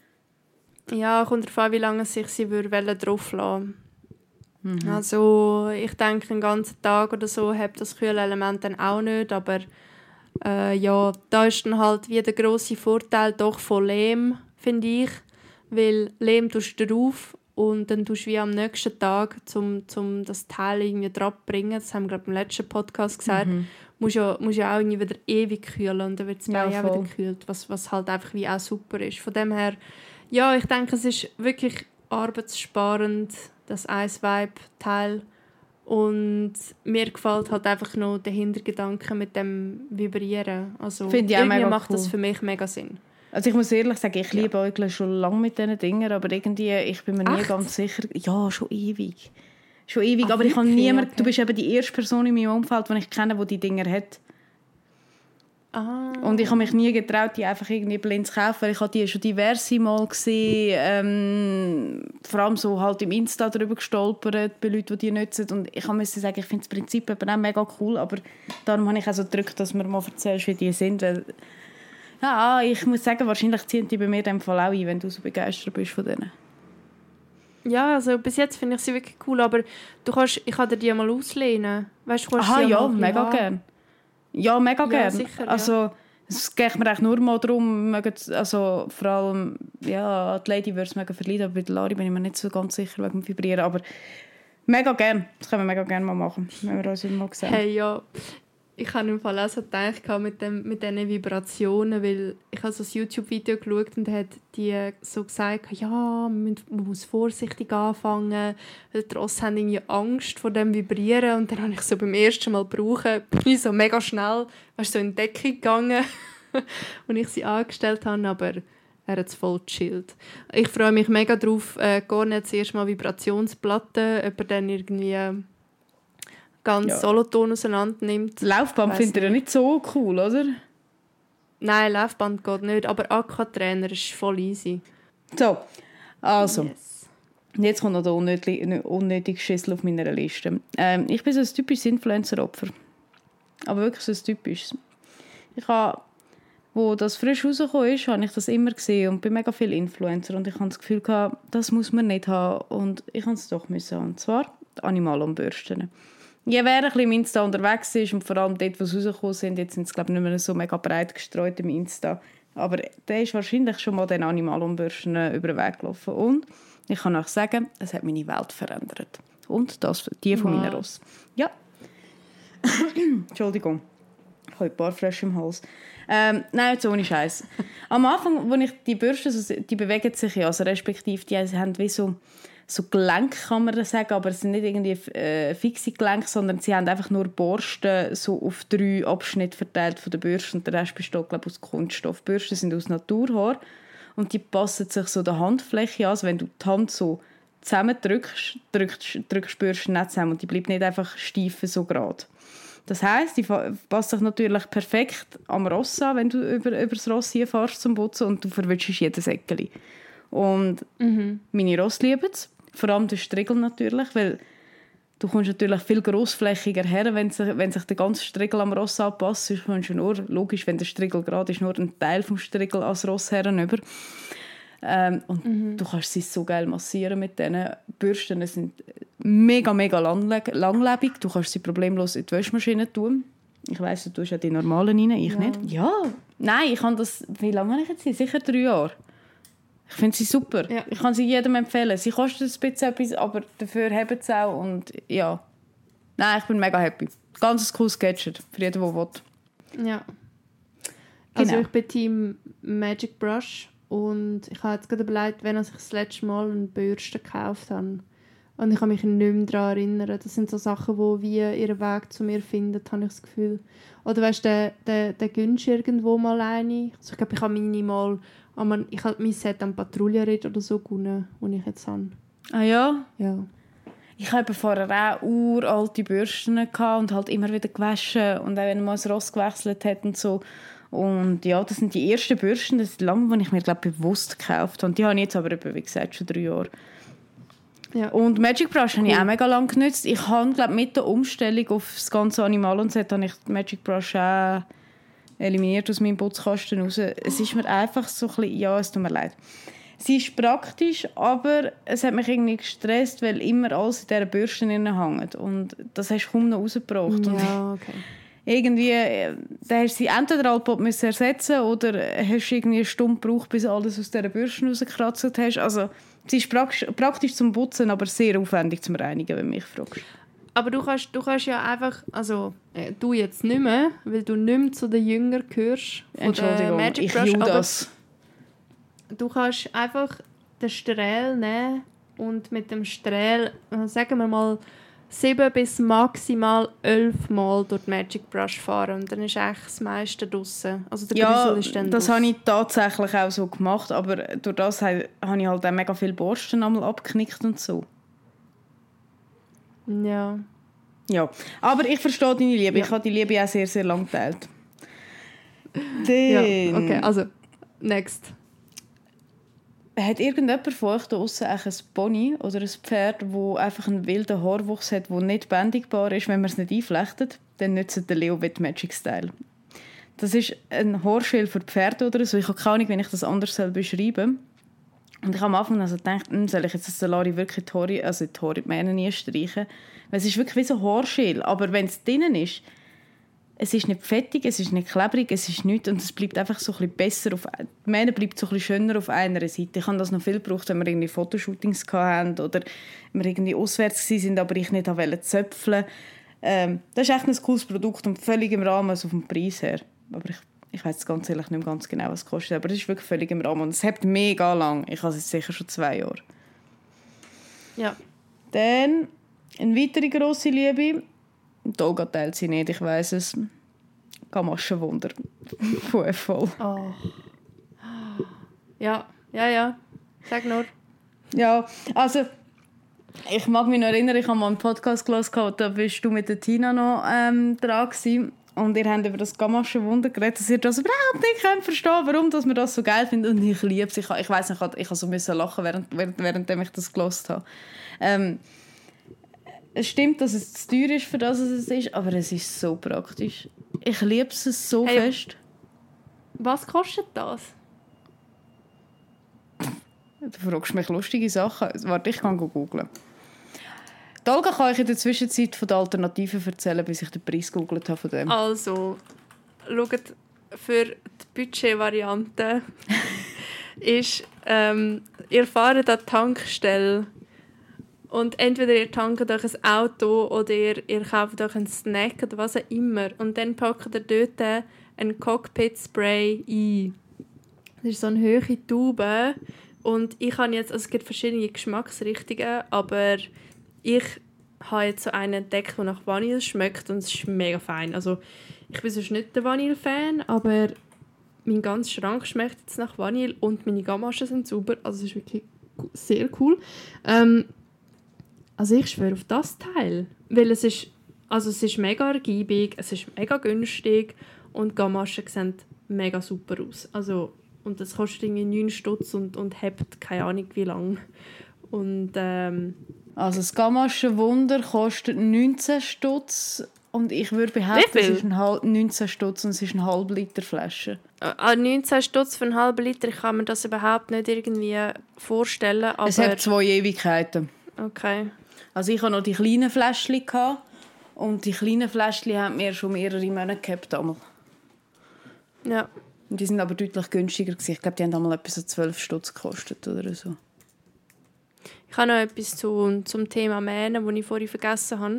Speaker 1: Ja, kommt darauf an, wie lange sich sie würde drauf lassen. Mhm. Also, ich denke, einen ganzen Tag oder so hat das Kühlelement dann auch nicht, aber äh, ja, da ist dann halt wie der grosse Vorteil doch von Lehm, finde ich. Weil Lehm tust du drauf und dann tust du wie am nächsten Tag, um zum das Teil irgendwie dran zu bringen, das haben wir glaube im letzten Podcast gesagt, mhm. musst ja, musst ja auch irgendwie wieder ewig kühlen und dann wird es ja, auch wieder gekühlt, was, was halt einfach wie auch super ist. Von dem her, ja, ich denke, es ist wirklich arbeitssparend, das Ice-Vibe-Teil. Und mir gefällt halt einfach noch der Hintergedanke mit dem Vibrieren. Also
Speaker 2: Finde ich auch
Speaker 1: irgendwie
Speaker 2: mega
Speaker 1: macht
Speaker 2: cool.
Speaker 1: Das für mich mega Sinn.
Speaker 2: Also ich muss ehrlich sagen, ich liebe ja. Äugeln schon lange mit diesen Dingen, aber irgendwie, ich bin mir nie Echt? ganz sicher. Ja, schon ewig. Schon ewig, Ach, aber ich habe niemand, okay. Du bist eben die erste Person in meinem Umfeld, die ich kenne, die die Dinger hat.
Speaker 1: Ah.
Speaker 2: Und ich habe mich nie getraut, die einfach irgendwie blind zu kaufen. Ich habe die schon diverse Mal gesehen, ähm, vor allem so halt im Insta darüber gestolpert, bei Leuten, die die nutzen. Und ich musste sagen, ich finde das Prinzip eben auch mega cool, aber darum habe ich auch so gedrückt, dass mir mal erzählst, wie die sind, weil ja, ich muss sagen, wahrscheinlich ziehen die bei mir in dem Fall auch ein, wenn du so begeistert bist von denen.
Speaker 1: Ja, also bis jetzt finde ich sie wirklich cool, aber du kannst, ich kann dir die mal auslehnen. Weißt, du
Speaker 2: Aha,
Speaker 1: ja,
Speaker 2: ja mega gern. Ja, mega ja, gern.
Speaker 1: Sicher,
Speaker 2: also,
Speaker 1: ja.
Speaker 2: Es geht mir eigentlich nur mal darum, also vor allem, ja, die Lady würde es mega verleiden, aber bei der Lari bin ich mir nicht so ganz sicher wegen dem Vibrieren, aber mega gern. Das können wir mega gerne mal machen, wenn wir uns mal sehen.
Speaker 1: Hey, ja. Ich habe im Fall auch so gedacht mit, dem, mit diesen Vibrationen, weil ich habe so ein YouTube-Video geschaut und hat die so gesagt, ja, man muss vorsichtig anfangen, weil die Rosse haben irgendwie Angst vor dem Vibrieren. Und dann habe ich so beim ersten Mal brauchen, bin ich so mega schnell weißt, so in die Decke gegangen, und ich sie angestellt habe, aber er hat es voll gechillt. Ich freue mich mega drauf, äh, gar nicht zuerst mal Vibrationsplatten, ob er dann irgendwie ganz ja. Soloton auseinander nimmt.
Speaker 2: Laufband findet ihr ja nicht so cool, oder?
Speaker 1: Nein, Laufband geht nicht, aber Aquatrainer ist voll easy.
Speaker 2: So, also.
Speaker 1: Yes.
Speaker 2: Jetzt kommt noch der unnötige, unnötige Schüssel auf meiner Liste. Ähm, ich bin so ein typisches Influencer-Opfer. Aber wirklich so ein typisches. Ich habe, wo das frisch rausgekommen ist, habe ich das immer gesehen und bin mega viele Influencer. Und ich habe das Gefühl gehabt, das muss man nicht haben. Und ich habe es doch müssen. Und zwar die Animalombürsten. Ja, wer ein bisschen im Insta unterwegs ist und vor allem dort, wo sie rausgekommen sind, jetzt sind es glaube ich nicht mehr so mega breit gestreut im Insta, aber der ist wahrscheinlich schon mal den Animalombürsten über den Weg gelaufen. Und ich kann euch sagen, es hat meine Welt verändert. Und das, die von wow. meiner Ross. Ja. Entschuldigung. Ich habe ein paar Frösche im Hals. Ähm, nein, jetzt ohne Scheiß. Am Anfang, als ich die Bürsten, die bewegen sich ja, also respektive, die haben wie so so Gelenke, kann man sagen, aber es sind nicht irgendwie äh, fixe Gelenke, sondern sie haben einfach nur Borsten so auf drei Abschnitte verteilt von der Bürste und der Rest besteht, glaube ich, aus Kunststoff. Bürsten sind aus Naturhaar und die passen sich so der Handfläche an, also wenn du die Hand so zusammendrückst, drückst, drückst die Bürste nicht zusammen und die bleibt nicht einfach steif so gerade. Das heisst, die passt sich natürlich perfekt am Ross an, wenn du über, über das Ross hier fährst zum Putzen und du verwünschst jedes Eckchen. Und mhm. meine Ross lieben es. Vor allem der Striegel natürlich, weil du kommst natürlich viel grossflächiger her, wenn sich, wenn sich der ganze Striegel am Ross anpasst. Sonst kommst du nur, logisch, wenn der Striegel gerade ist, nur ein Teil vom Striegel als Ross herüber. Ähm, und mhm. du kannst sie so geil massieren mit diesen Bürsten. Sie sind mega, mega langlebig. Du kannst sie problemlos in die Waschmaschine tun. Ich weiss, du tust ja die normalen rein, ich ja. nicht. Ja, nein, ich kann das... Wie lange habe ich jetzt? Sicher drei Jahre. Ich finde sie super. Ja. Ich kann sie jedem empfehlen. Sie kosten ein bisschen etwas, aber dafür haben sie auch. Und ja. Nein, ich bin mega happy. Ganz cooles Gadget für jeden, der will.
Speaker 1: Ja. Also genau. Ich bin Team Magic Brush und ich habe jetzt gerade überlegt, wenn ich das letzte Mal eine Bürste gekauft habe. Und ich kann mich nicht mehr daran erinnern. Das sind so Sachen, die wie ihren Weg zu mir finden, habe ich das Gefühl. Oder weißt du, der, der, der gönnst irgendwo mal eine. Also ich glaube, ich habe meine mal... Ich habe mein Set am Patrouillenritt oder so gewonnen, das ich jetzt habe.
Speaker 2: Ah ja?
Speaker 1: Ja.
Speaker 2: ich habe vorher auch uralte Bürsten gehabt und halt immer wieder gewaschen und auch wenn man das Ross gewechselt hat und so. Und ja, das sind die ersten Bürsten, das ist lange, die ich mir glaube bewusst gekauft habe. Die habe ich jetzt aber, eben, wie gesagt, schon drei Jahre. Ja. Und Magic Brush cool. habe ich auch mega lange genutzt. Ich habe, glaube mit der Umstellung auf das ganze Animal und Set habe ich Magic Brush auch eliminiert aus meinem Putzkasten raus. Es ist mir einfach so ein bisschen, ja, es tut mir leid. Sie ist praktisch, aber es hat mich irgendwie gestresst, weil immer alles in dieser Bürste hängt. Und das hast du kaum noch rausgebracht.
Speaker 1: Ja, okay.
Speaker 2: Irgendwie, da hast du sie entweder halb müssen ersetzen oder hast du irgendwie eine Stunde gebraucht, bis alles aus dieser Bürste rausgekratzt hast. Also, sie ist praktisch, praktisch zum Putzen, aber sehr aufwendig zum Reinigen, wenn du mich fragst.
Speaker 1: Aber du kannst, du kannst ja einfach, also äh, du jetzt nicht mehr, weil du nicht mehr zu den Jüngern gehörst.
Speaker 2: Entschuldigung, Magic ich liebe das.
Speaker 1: Du kannst einfach den Strahl nehmen und mit dem Strahl, sagen wir mal, sieben bis maximal elf Mal durch die Magic Brush fahren. Und dann ist eigentlich das meiste draussen. Also der
Speaker 2: ja,
Speaker 1: Grusel ist dann
Speaker 2: das
Speaker 1: draus.
Speaker 2: habe ich tatsächlich auch so gemacht, aber durch das habe ich halt auch mega viele Borsten einmal abgeknickt und so.
Speaker 1: Ja.
Speaker 2: Ja, aber ich verstehe deine Liebe.
Speaker 1: Ja.
Speaker 2: Ich habe die Liebe auch sehr, sehr lang geteilt.
Speaker 1: Ja, okay, also, next.
Speaker 2: Hat irgendjemand von euch da draussen ein Pony oder ein Pferd, das einfach einen wilden Haarwuchs hat, der nicht bändigbar ist, wenn man es nicht einflechtet? Dann nützt der Leo Wet Magic Style. Das ist ein Haarschäl für Pferde oder so. Ich habe keine Ahnung, wenn ich das anders beschreiben soll. Und ich habe am Anfang also gedacht, soll ich jetzt das Solari wirklich die Haare, also die Haare, die Mähne nie streichen? Weil es ist wirklich wie so ein Haarschäl. Aber wenn es drinnen ist, es ist nicht fettig, es ist nicht klebrig, es ist nichts und es bleibt einfach so ein bisschen besser auf, die Mähne bleibt so ein bisschen schöner auf einer Seite. Ich habe das noch viel gebraucht, wenn wir irgendwie Fotoshootings hatten oder wir irgendwie auswärts waren, aber ich nicht wollte zöpfeln. Ähm, das ist echt ein cooles Produkt und völlig im Rahmen, also vom Preis her. Aber ich, ich weiss ganz ehrlich nicht mehr ganz genau, was es kostet, aber es ist wirklich völlig im Rahmen und es hält mega lang. Ich habe es jetzt sicher schon zwei Jahre. Ja. Dann eine weitere grosse Liebe. Die Olga teilt sie nicht, ich weiss es. Gamaschenwunder. Voll.
Speaker 1: Oh. Ja, ja, ja. Sag nur.
Speaker 2: Ja, also ich mag mich noch erinnern, ich habe mal einen Podcast gehört, da bist du mit der Tina noch ähm, dran gewesen. Und ihr habt über das Gamaschenwunder geredet, dass ihr das überhaupt nicht könnt verstehen, warum dass wir das so geil finden. Und ich liebe es. Ich, ich weiss nicht, ich musste so lachen, während, während, während ich das gehört habe. Ähm, Es stimmt, dass es zu teuer ist, für das es ist, aber es ist so praktisch. Ich liebe es so hey, fest.
Speaker 1: Was kostet das?
Speaker 2: Du fragst mich lustige Sachen. Warte, ich kann googeln. Die Olga kann ich in der Zwischenzeit von den Alternativen erzählen, bis ich den Preis gegoogelt habe von dem.
Speaker 1: Also, schaut, für die Budgetvariante ist, ähm, ihr fahrt an die Tankstelle und entweder ihr tankt euch ein Auto oder ihr, ihr kauft euch einen Snack oder was auch immer. Und dann packt ihr dort ein Cockpit-Spray ein. Das ist so eine hohe Tube. Und ich habe jetzt, also es gibt verschiedene Geschmacksrichtungen, aber ich habe jetzt so einen entdeckt, der nach Vanille schmeckt und es ist mega fein. Also ich bin sonst nicht der Vanille-Fan, aber mein ganzer Schrank schmeckt jetzt nach Vanille und meine Gamaschen sind sauber. Also es ist wirklich sehr cool. Ähm, Also ich schwöre auf das Teil, weil es ist, also es ist mega ergiebig, es ist mega günstig und die Gamaschen sehen mega super aus. Also, und das kostet irgendwie neun Stutz und, und hebt keine Ahnung wie lange. Und, ähm,
Speaker 2: also das Gamaschenwunder kostet neunzehn Stutz und ich würde behaupten, es ist ein halb, neunzehn Stutz und es ist eine halbe Liter Flasche.
Speaker 1: Äh, neunzehn Stutz für einen halben Liter, ich kann mir das überhaupt nicht irgendwie vorstellen. Aber
Speaker 2: es hat zwei Ewigkeiten.
Speaker 1: Okay.
Speaker 2: Also ich hatte noch die kleinen Fläschchen und die kleinen Fläschchen haben mir schon mehrere Monate gehabt.
Speaker 1: Ja.
Speaker 2: Und die sind aber deutlich günstiger gewesen. Ich glaube, die haben einmal etwa so zwölf Stutz gekostet oder so.
Speaker 1: Ich habe noch etwas zu, zum Thema Mähnen, das ich vorhin vergessen habe.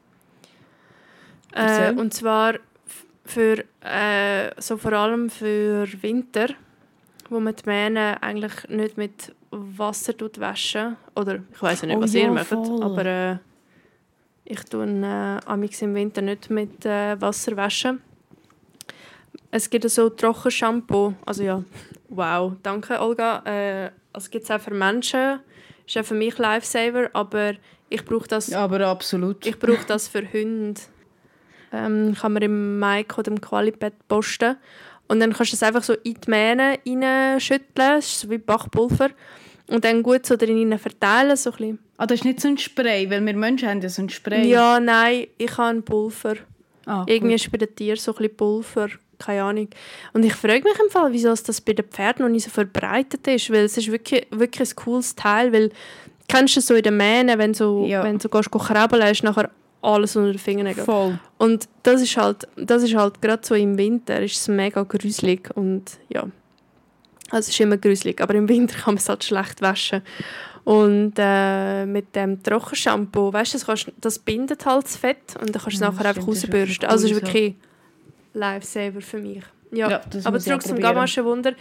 Speaker 1: Äh, und zwar für, äh, so vor allem für Winter, wo man die Mähnen eigentlich nicht mit Wasser waschen. Oder ich weiss nicht, was oh, ihr ja, macht, voll. aber äh, ich tue äh, amigs im Winter nicht mit äh, Wasser waschen. Es gibt so Trockenshampoo. Also ja, wow, danke Olga. Äh, also gibt es auch für Menschen ist auch für mich Lifesaver, aber ich brauche das,
Speaker 2: Ja, aber absolut.
Speaker 1: ich brauche das für Hunde. Ähm, kann man im Mike oder im Qualipad posten. Und dann kannst du es einfach so in die Mähne reinschütteln, das ist so wie Backpulver. Und dann gut so drinnen verteilen, so ein bisschen.
Speaker 2: Ah, das ist nicht so ein Spray, weil wir Menschen haben ja so ein Spray.
Speaker 1: Ja, nein, ich habe ein Pulver.
Speaker 2: Ah,
Speaker 1: Irgendwie
Speaker 2: gut.
Speaker 1: ist bei den Tieren so ein bisschen Pulver, keine Ahnung. Und ich frage mich im Fall, wieso das bei den Pferden noch nicht so verbreitet ist, weil es ist wirklich, wirklich ein cooles Teil, weil kennst du es so in den Mähnen, wenn, so,
Speaker 2: Ja.
Speaker 1: wenn du gehst, gehst krabbeln, hast du nachher alles unter den Fingern.
Speaker 2: Voll.
Speaker 1: Und das ist halt, das ist halt gerade so im Winter, ist es mega gruselig und ja, also es ist immer gruselig, aber im Winter kann man es halt schlecht waschen. Und äh, mit dem Trockenshampoo, weißt du, das, kannst, das bindet halt das Fett und dann kannst du es
Speaker 2: Ja,
Speaker 1: nachher einfach
Speaker 2: stimmt, das ist
Speaker 1: rausbürsten.
Speaker 2: wirklich
Speaker 1: Also es
Speaker 2: cool,
Speaker 1: ist wirklich Lifesaver für mich. Ja,
Speaker 2: Ja, das
Speaker 1: aber
Speaker 2: muss ich
Speaker 1: zurück zum
Speaker 2: probieren.
Speaker 1: Gamaschenwunder.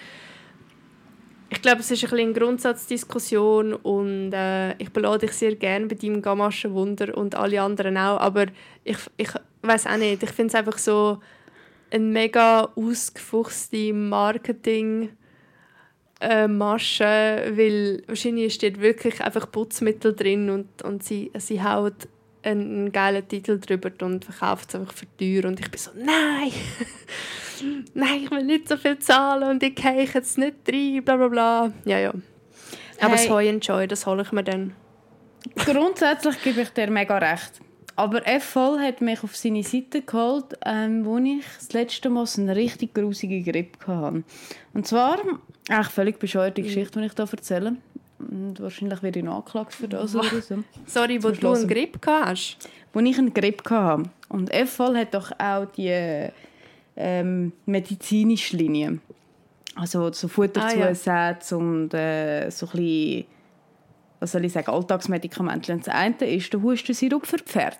Speaker 1: Ich glaube, es ist ein bisschen eine Grundsatzdiskussion und äh, ich belade dich sehr gerne bei deinem Gamaschenwunder und alle anderen auch, aber ich, ich weiß auch nicht, ich finde es einfach so eine mega ausgefuchste Marketing- äh, Masche, weil wahrscheinlich steht wirklich einfach Putzmittel drin und, und sie, sie haut einen, einen geilen Titel drüber und verkauft es einfach für teuer und ich bin so, nein, nein, ich will nicht so viel zahlen und ich gehe jetzt nicht rein, bla bla bla. Ja, ja. Aber
Speaker 2: Hey.
Speaker 1: das Heu Enjoy, das hole ich mir dann.
Speaker 2: Grundsätzlich gebe ich dir mega recht. Aber F-Voll hat mich auf seine Seite geholt, ähm, wo ich das letzte Mal so eine richtig grusige Grippe hatte. Und zwar, eigentlich völlig bescheuerte Geschichte, die ich hier erzähle. Und wahrscheinlich werde ich noch angeklagt für das oder so.
Speaker 1: Sorry, wo
Speaker 2: Zum
Speaker 1: du
Speaker 2: Schluss.
Speaker 1: einen Grip gehabt hast.
Speaker 2: Wo ich eine Grippe hatte. Und F-Voll hat doch auch die ähm, medizinische Linie. Also so Futterzusätze
Speaker 1: Ah, ja.
Speaker 2: und äh, so ein bisschen, was soll ich sagen, Alltagsmedikamente. Und das eine ist der Hustensirup für Pferde.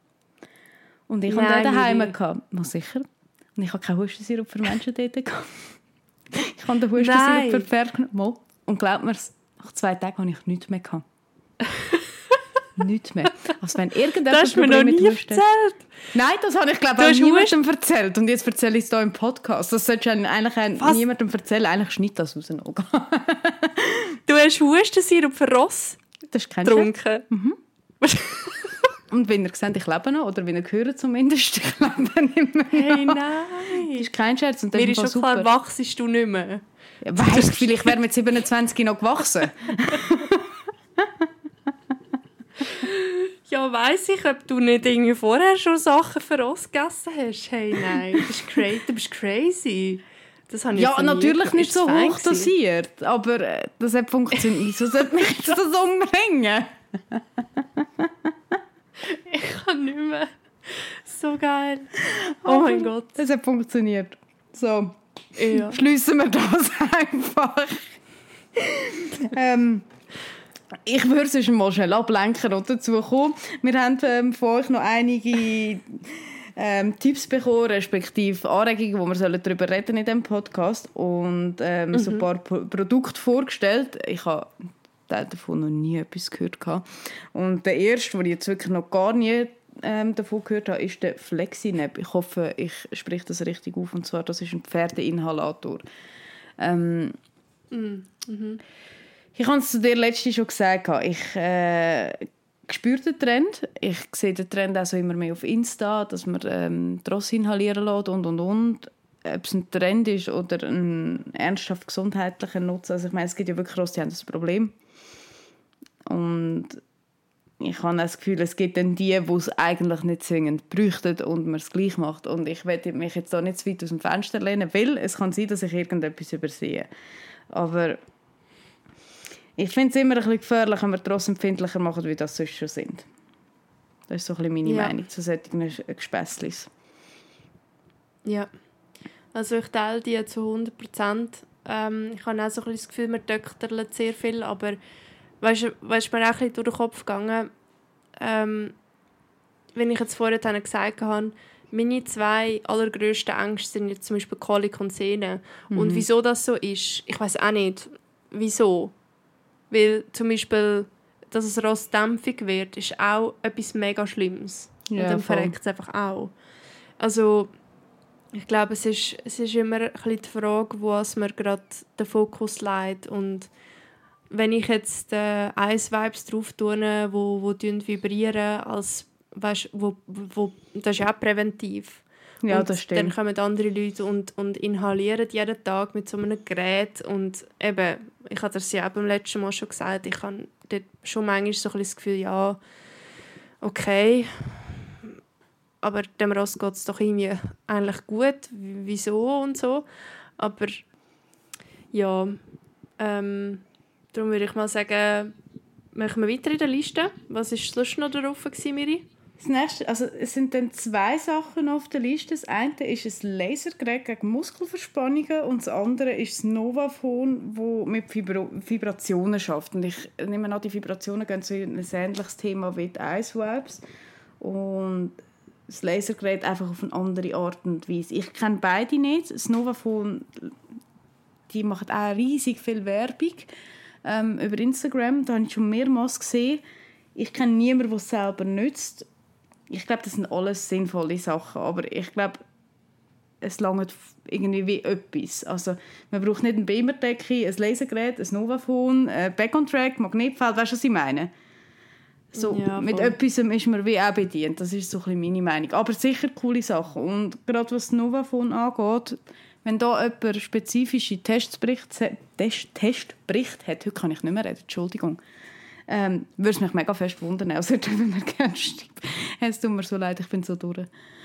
Speaker 2: Und ich hatte
Speaker 1: Nein,
Speaker 2: den daheim.
Speaker 1: Miri.
Speaker 2: gehabt. No, sicher. Und ich hatte keinen Hustensirup für Menschen dort. gehabt. Ich habe den Hustensirup
Speaker 1: Nein.
Speaker 2: für Pferde genommen. Mal. Und glaubt mir, nach zwei Tagen habe ich nichts mehr gehabt. Nichts mehr. Also wenn irgendjemand
Speaker 1: Das hast du mir noch
Speaker 2: Probleme mit
Speaker 1: nie
Speaker 2: Husten-
Speaker 1: erzählt.
Speaker 2: Nein, das habe ich glaube
Speaker 1: Du
Speaker 2: auch
Speaker 1: hast
Speaker 2: niemandem erzählt. Und jetzt erzähle ich es hier im Podcast. Das solltest du eigentlich
Speaker 1: Was?
Speaker 2: niemandem erzählen. Eigentlich schneid das raus.
Speaker 1: Du hast Hustensirup für Ross
Speaker 2: Das ist kein Scherz.
Speaker 1: getrunken.
Speaker 2: Und wenn ihr seht, ich lebe noch, oder wenn ihr hört zumindest, ich lebe nicht mehr.
Speaker 1: Hey,
Speaker 2: Das
Speaker 1: nein.
Speaker 2: ist kein Scherz. Und das
Speaker 1: Mir
Speaker 2: ist
Speaker 1: ist
Speaker 2: im
Speaker 1: schon
Speaker 2: Fall
Speaker 1: klar,
Speaker 2: super.
Speaker 1: wachsest du nicht mehr.
Speaker 2: Ja, weißt du, vielleicht wäre mit siebenundzwanzig noch gewachsen.
Speaker 1: Ja, weiss ich, ob du nicht irgendwie vorher schon Sachen für Ross gegessen hast. Hey, nein, du bist crazy. Du bist crazy. Das habe ich
Speaker 2: Ja,
Speaker 1: jetzt nie
Speaker 2: natürlich
Speaker 1: gewusst.
Speaker 2: nicht
Speaker 1: Ist
Speaker 2: so
Speaker 1: das fein
Speaker 2: hoch
Speaker 1: gewesen?
Speaker 2: dosiert. Aber äh, das hat funktioniert. Wieso sollte mich jetzt das umbringen?
Speaker 1: Ich kann nicht mehr. So geil. Oh
Speaker 2: Aber
Speaker 1: mein Gott.
Speaker 2: Es hat funktioniert. So.
Speaker 1: Ja.
Speaker 2: Schliessen wir das einfach. ähm, ich würde sonst mal schnell ablenken und dazu kommen. Wir haben ähm, von euch noch einige ähm, Tipps bekommen, respektive Anregungen, wo wir darüber reden in diesem Podcast. Und ähm, mhm. so ein paar Pro- Produkte vorgestellt. Ich habe davon noch nie etwas gehört. Und der erste, den ich jetzt wirklich noch gar nie ähm, davon gehört habe, ist der Flexinap. Ich hoffe, ich spreche das richtig auf. Und zwar, das ist ein Pferdeinhalator. Ähm,
Speaker 1: Mhm.
Speaker 2: Ich habe es zu dir letztens schon gesagt. Ich äh, spüre den Trend. Ich sehe den Trend auch so immer mehr auf Insta, dass man ähm, Ross inhalieren lässt und, und, und. Ob es ein Trend ist oder ein ernsthaft gesundheitlicher Nutzen. Also ich meine, es gibt ja wirklich Ross, die haben das Problem. Und ich habe das Gefühl, es gibt dann die, die es eigentlich nicht zwingend bräuchten und man es gleich macht. Und ich werde mich jetzt da nicht zu weit aus dem Fenster lehnen, weil es kann sein, dass ich irgendetwas übersehe. Aber ich finde es immer ein bisschen gefährlich, wenn wir die Rosse empfindlicher machen, wie das sonst schon sind. Das ist so ein bisschen meine
Speaker 1: Ja.
Speaker 2: Meinung zu solchen Gespässlis.
Speaker 1: Ja. Also ich teile die zu hundert Prozent. Ähm, ich habe auch so ein bisschen das Gefühl, man töchterlt sehr viel, aber weißt du, weißt, mir auch ein bisschen durch den Kopf gegangen, ähm, wenn ich jetzt vorher gesagt habe, meine zwei allergrössten Ängste sind jetzt zum Beispiel Kolik und Sehnen. Mhm. Und wieso das so ist, ich weiß auch nicht, wieso. Weil zum Beispiel, dass es rostdämpfig wird, ist auch etwas mega Schlimmes.
Speaker 2: Ja,
Speaker 1: und dann
Speaker 2: voll.
Speaker 1: verreckt es einfach auch. Also, ich glaube, es ist, es ist immer ein bisschen die Frage, wo man gerade den Fokus legt. Und wenn ich jetzt äh, Ice-Vibes drauf tue, wo, wo vibrieren, als, weißt, wo, wo, das ist ja auch präventiv.
Speaker 2: Ja,
Speaker 1: und
Speaker 2: das stimmt.
Speaker 1: Dann kommen andere Leute und, und inhalieren jeden Tag mit so einem Gerät. Und eben, ich habe das ja auch beim letzten Mal schon gesagt, ich habe dort schon manchmal so ein bisschen das Gefühl, ja, okay, aber dem Ross geht es doch irgendwie eigentlich gut, wieso und so. Aber ja, ähm, darum würde ich mal sagen, machen wir weiter in der Liste. Was war sonst noch drauf, Miri?
Speaker 2: Das nächste, also es sind dann zwei Sachen auf der Liste. Das eine ist ein Lasergerät gegen Muskelverspannungen und das andere ist das Novaphone, das mit Vibra- Vibrationen schafft. Und ich nehme an, die Vibrationen gehen so in ein ähnliches Thema wie die Ice-Vibes. Und das Lasergerät einfach auf eine andere Art und Weise. Ich kenne beide nicht. Das Novaphone, die macht auch riesig viel Werbung ähm, über Instagram. Da habe ich schon mehrmals gesehen. Ich kenne niemanden, der es selber nutzt. Ich glaube, das sind alles sinnvolle Sachen, aber ich glaube, es langt irgendwie wie etwas. Also, man braucht nicht eine Beamerdecke, ein Lasergerät, ein Novaphone, ein Back-on-Track, Magnetfeld, weißt du, was ich meine? So,
Speaker 1: Ja,
Speaker 2: mit etwas ist man wie auch bedient, das ist so ein bisschen meine Meinung. Aber sicher coole Sachen. Und gerade was das Novaphone angeht, wenn da jemand spezifische Testberichte, Test, Testberichte hat, heute kann ich nicht mehr reden, Entschuldigung, Ähm, würde es mich mega fest wundern, also wenn wir gerne schreiben. Es tut mir so leid, ich bin so durch.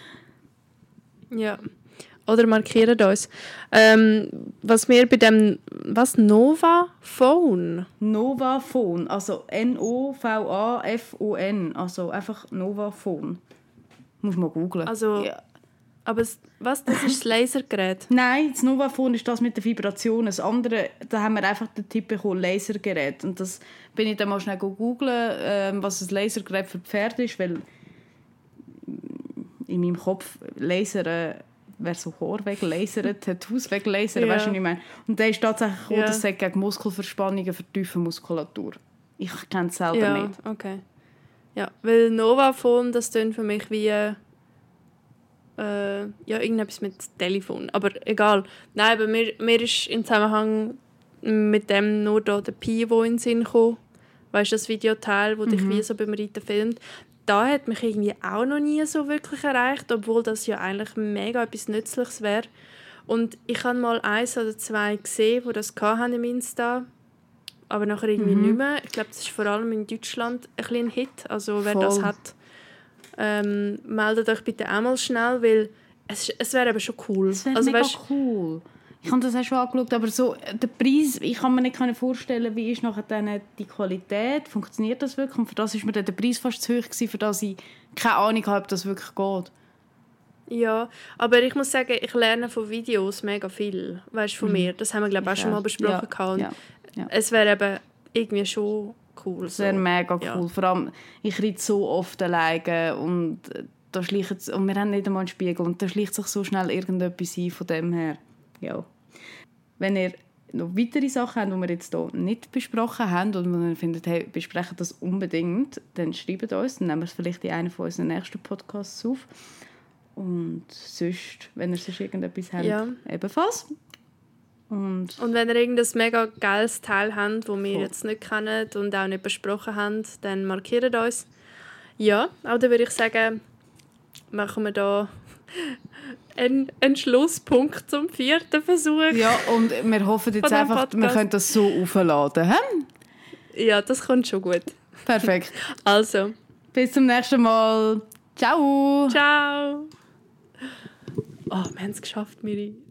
Speaker 1: Ja. Oder markieren uns. Ähm, was wir bei dem, was, Novaphone?
Speaker 2: Novaphone, also N O V A F O N, also einfach Novaphone. Muss man googlen.
Speaker 1: Also,
Speaker 2: ja.
Speaker 1: Aber es, was, das ist das Lasergerät?
Speaker 2: Nein, das Novaphone ist das mit der Vibration. Das andere, da haben wir einfach den Tipp bekommen, Lasergerät. Und das bin ich dann mal schnell googeln, ähm, was ein Lasergerät für Pferde ist, weil in meinem Kopf Laser äh, wäre so Haar weglasert, Tattoos weglasern,
Speaker 1: Ja.
Speaker 2: weißt du, was ich meine? Und der ist tatsächlich gekommen,
Speaker 1: Ja.
Speaker 2: das sagt gegen Muskelverspannungen für tiefe Muskulatur. Ich kenne es selber
Speaker 1: Ja,
Speaker 2: nicht.
Speaker 1: okay. Ja, weil Novaphone, das klingt für mich wie äh, ja, irgendetwas mit Telefon. Aber egal. Nein, aber mir, mir ist im Zusammenhang mit dem nur da der Pi, der in den Sinn kam. Weißt du, das Videoteil, das dich
Speaker 2: Mhm.
Speaker 1: wie so beim Reiten filmt. Da hat mich irgendwie auch noch nie so wirklich erreicht, obwohl das ja eigentlich mega etwas Nützliches wäre. Und ich habe mal eins oder zwei gesehen, die das hatten im Insta, aber nachher irgendwie
Speaker 2: Mhm.
Speaker 1: nicht mehr. Ich glaube, das ist vor allem in Deutschland ein bisschen ein Hit. Also wer
Speaker 2: Voll.
Speaker 1: das hat, ähm, meldet euch bitte auch mal schnell, weil es, es wäre eben schon cool.
Speaker 2: Das wäre
Speaker 1: also,
Speaker 2: mega
Speaker 1: weißt,
Speaker 2: cool. Ich habe das auch schon angeschaut, aber so, der Preis, ich kann mir nicht vorstellen, wie ist nachher dann die Qualität, funktioniert das wirklich? Und für das war mir dann der Preis fast zu hoch gewesen, für das ich keine Ahnung habe, ob das wirklich geht.
Speaker 1: ja, aber ich muss sagen, ich lerne von Videos mega viel, weißt, von
Speaker 2: Mhm.
Speaker 1: mir. Das haben wir, glaube ich, auch schon mal besprochen.
Speaker 2: Ja,
Speaker 1: Und
Speaker 2: ja, ja.
Speaker 1: es wäre eben irgendwie schon cool.
Speaker 2: Das wäre
Speaker 1: so.
Speaker 2: mega cool.
Speaker 1: Ja.
Speaker 2: Vor allem, ich reite so oft alleine und, da schleicht, und wir haben nicht einmal einen Spiegel und da schleicht sich so schnell irgendetwas ein von dem her. Ja. Wenn ihr noch weitere Sachen habt, die wir jetzt hier nicht besprochen haben und wenn ihr findet, hey, besprechen das unbedingt, dann schreibt uns, dann nehmen wir es vielleicht in einen von unseren nächsten Podcasts auf. Und sonst, wenn ihr sonst irgendetwas habt,
Speaker 1: Ja.
Speaker 2: ebenfalls. Und
Speaker 1: Und wenn ihr irgendein mega geiles Teil habt, das wir
Speaker 2: Voll.
Speaker 1: jetzt nicht kennen und auch nicht besprochen haben, dann markiert uns. Ja, auch dann würde ich sagen, machen wir da einen, einen Schlusspunkt zum vierten Versuch.
Speaker 2: ja, und wir hoffen jetzt
Speaker 1: Von dem
Speaker 2: einfach, wir
Speaker 1: Podcast.
Speaker 2: können das so aufladen. He?
Speaker 1: Ja, das kommt schon gut.
Speaker 2: Perfekt.
Speaker 1: Also,
Speaker 2: Bis zum nächsten Mal. Ciao.
Speaker 1: ciao! Oh, wir haben es geschafft, Miri.